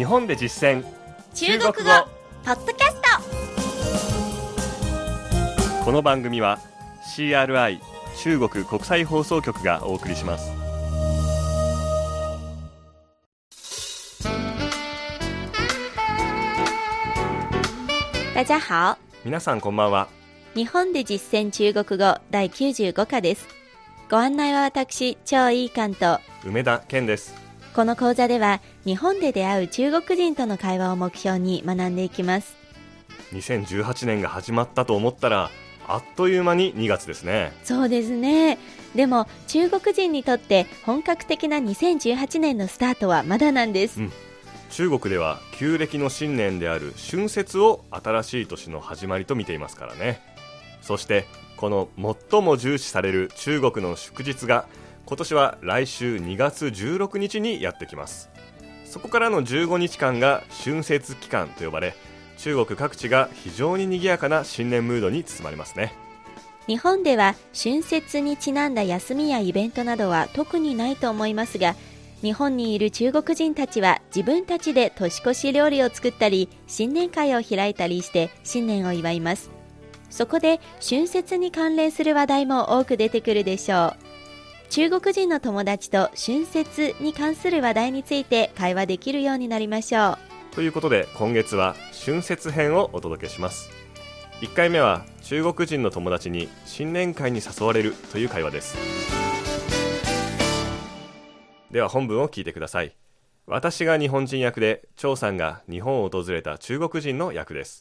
日本で実践中国語ポッドキャスト。 この番組は CRI 中国国際放送局がお送りします。 大家好。 皆さんこんばんは。 日本で実践中国語第95課です。ご案内は私、張井寛と梅田健です。 この講座では日本で出会う中国人との会話を目標に学んでいきます。 2018年が始まったと思ったらあっという間に2月ですね。 そうですね。でも中国人にとって本格的な2018年のスタートはまだなんです。 中国では旧暦の新年である春節を新しい年の始まりと見ていますからね。そしてこの最も重視される中国の祝日が今年は来週2月16日にやってきます。そこからの15日間が春節期間と呼ばれ、中国各地が非常に賑やかな新年ムードに包まれますね。 日本では春節にちなんだ休みやイベントなどは特にないと思いますが、日本にいる中国人たちは自分たちで年越し料理を作ったり新年会を開いたりして新年を祝います。そこで春節に関連する話題も多く出てくるでしょう。中国人の友達と春節に関する話題について会話できるようになりましょう。 ということで今月は春節編をお届けします。1回目は中国人の友達に新年会に誘われるという会話です。では本文を聞いてください。私が日本人役で、張さんが日本を訪れた中国人の役です。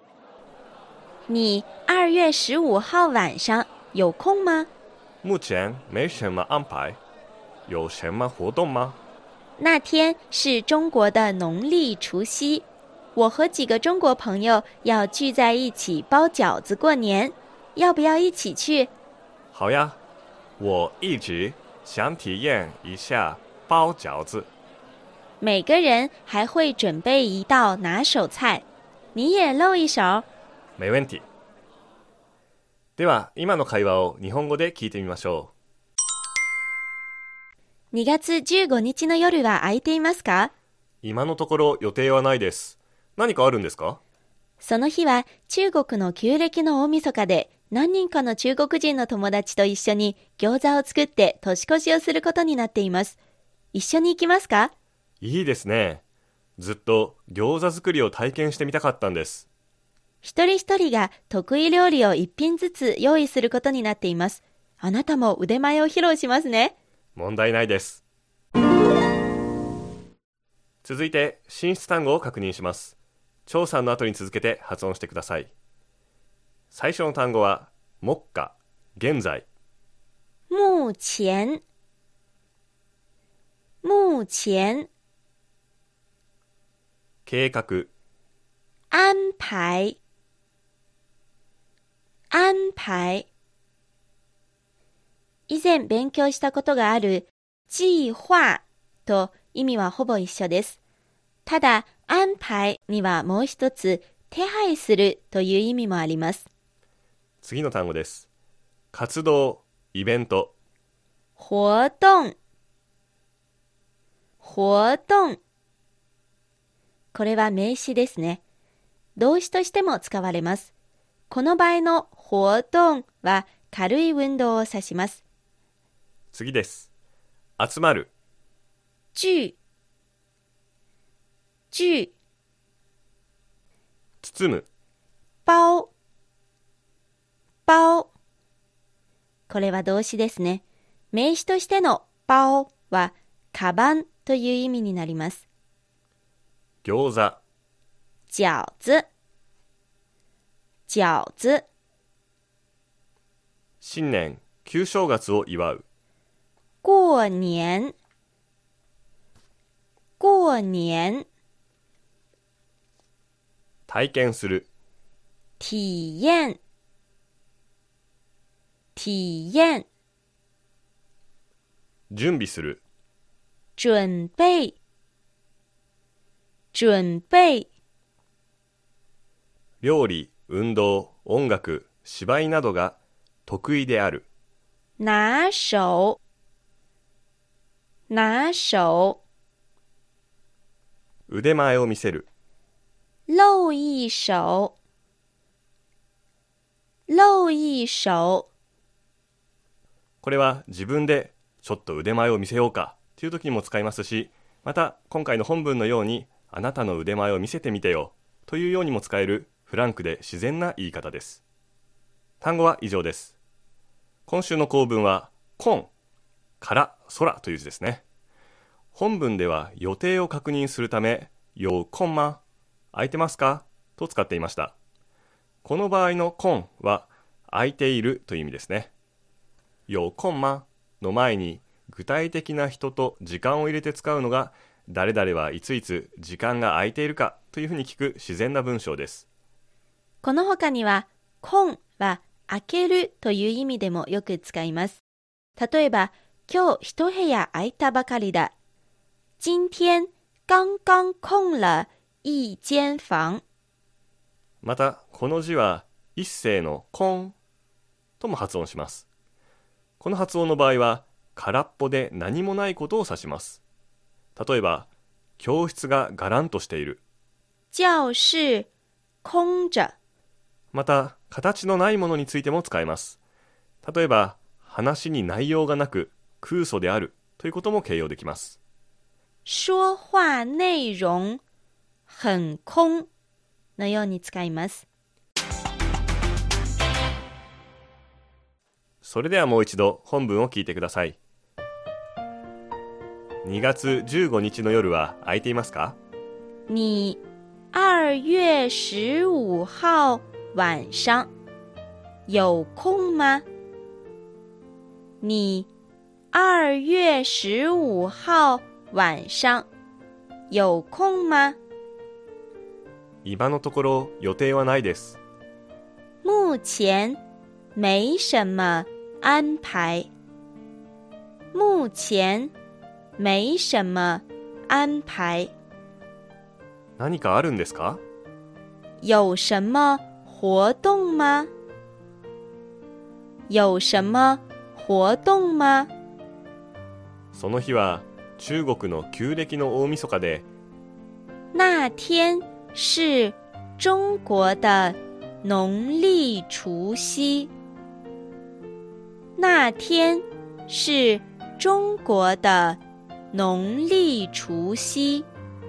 你2月15号晚上有空吗？ 目前没什么安排，有什么活动吗？ 那天是中国的农历除夕，我和几个中国朋友要聚在一起包饺子过年，要不要一起去？ 好呀，我一直想体验一下包饺子。 每个人还会准备一道拿手菜，你也露一手。 没問題。では今の会話を日本語で聞いてみましょう。2月15日の夜は空いていますか？ 今のところ予定はないです。何かあるんですか？ その日は中国の旧暦の大晦日で、何人かの中国人の友達と一緒に餃子を作って年越しをすることになっています。一緒に行きますか？ いいですね。ずっと餃子作りを体験してみたかったんです。 一人一人が得意料理を一品ずつ用意することになっています。あなたも腕前を披露しますね。 問題ないです。続いて進出単語を確認します。張さんの後に続けて発音してください。最初の単語は目下、現在。 目前、目前。 計画、 安排、安排。以前勉強したことがある計划と意味はほぼ一緒です。ただ安排にはもう一つ手配するという意味もあります。 次の単語です。活動、イベント。 活動、活動。これは名詞ですね。動詞としても使われます。この場合の活動は軽い運動を指します。 次です。集まる。 聚、聚。 包む。 包、包。これは動詞ですね。名詞としての包はカバンという意味になります。 餃子、 饺子、饺子。 新年、旧正月を祝う。 過年、過年。 体験する。 体验、体验。 準備する。 準備、準備。 料理、運動、音楽、芝居などが得意である。 拿手、拿手。 腕前を見せる。 露一手。露一手。 これは自分でちょっと腕前を見せようかという時にも使いますし、また今回の本文のようにあなたの腕前を見せてみてよというようにも使えるフランクで自然な言い方です。単語は以上です。今週の構文はコンから空という字ですね。本文では予定を確認するため有空吗？空いてますか？と使っていました。この場合の空は空いているという意味ですね。有空吗？の前に具体的な人と時間を入れて使うのが誰々はいついつ時間が空いているかというふうに聞く自然な文章です。 この他には空は開けるという意味でもよく使います。例えば今日一部屋空いたばかりだ。今天刚刚空了一間房。 またこの字は一声のコンとも発音します。この発音の場合は空っぽで何もないことを指します。例えば教室ががらんとしている。 教室空着。 また形のないものについても使えます。例えば話に内容がなく空疎であるということも形容できます。 说話内容很空のように使います。 それではもう一度本文を聞いてください。2月15日の夜は空いていますか？ 你2月15号晚上有空吗？你2月15号晚上有空吗？ 今のところ予定はないです。 目前没什么安排。目前没什么安排。 何かあるんですか？ 有什么活动吗？有什么活动吗？ その日は中国の旧暦の大晦日で、 那天是中国的農曆除夕。那天是中国的農曆除夕。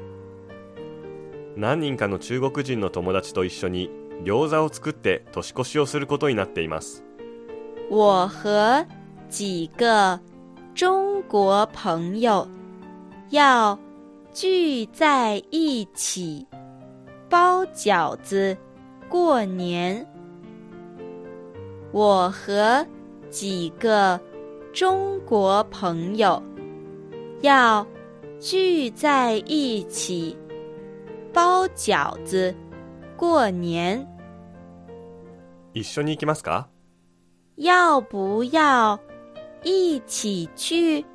何人かの中国人の友達と一緒に餃子を作って年越しをすることになっています。 我和几个中国朋友要聚在一起包饺子过年。我和几个中国朋友要聚在一起包饺子过年。 一緒に行きますか？ 要不要一起去？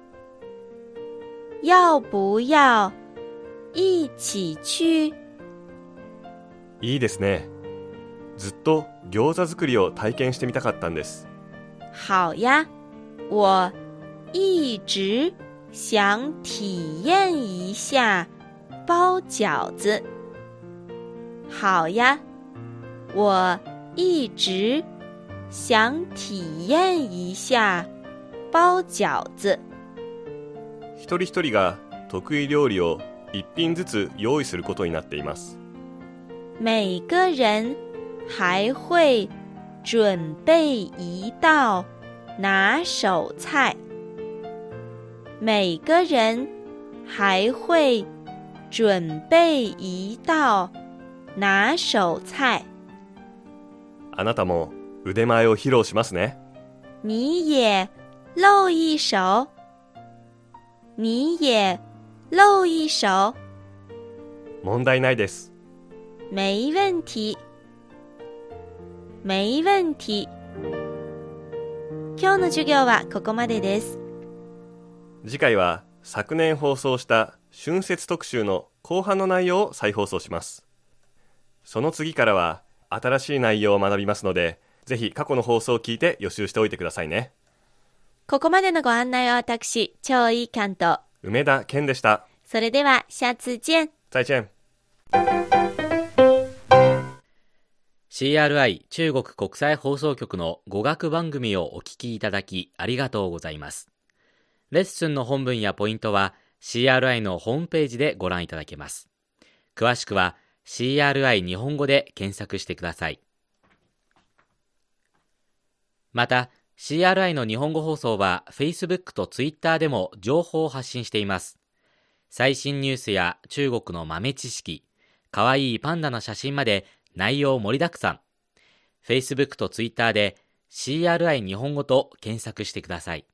要不要一起去？ いいですね。ずっと餃子作りを体験してみたかったんです。 好呀，我一直想体验一下包饺子。好呀，我一直想体验一下包饺子。 一人一人が得意料理を一品ずつ用意することになっています。 每个人还会准备一道拿手菜。每个人还会准备一道拿手菜。 あなたも腕前を披露しますね。 你也露一手。你也露一手。 問題ないです。 没问题。没问题。今日の授業はここまでです。 次回は昨年放送した春節特集の後半の内容を再放送します。その次からは新しい内容を学びますので、ぜひ過去の放送を聞いて予習しておいてくださいね。 ここまでのご案内は私、張一貫と梅田健でした。 それでは下次見。 再见。 CRI 中国国際放送局の語学番組をお聞きいただきありがとうございます。レッスンの本文やポイントは CRI のホームページでご覧いただけます。詳しくは CRI 日本語で検索してください。また CRI の日本語放送は Facebook と Twitter でも情報を発信しています。最新ニュースや中国の豆知識、かわいいパンダの写真まで内容盛りだくさん。Facebook と Twitter で CRI 日本語と検索してください。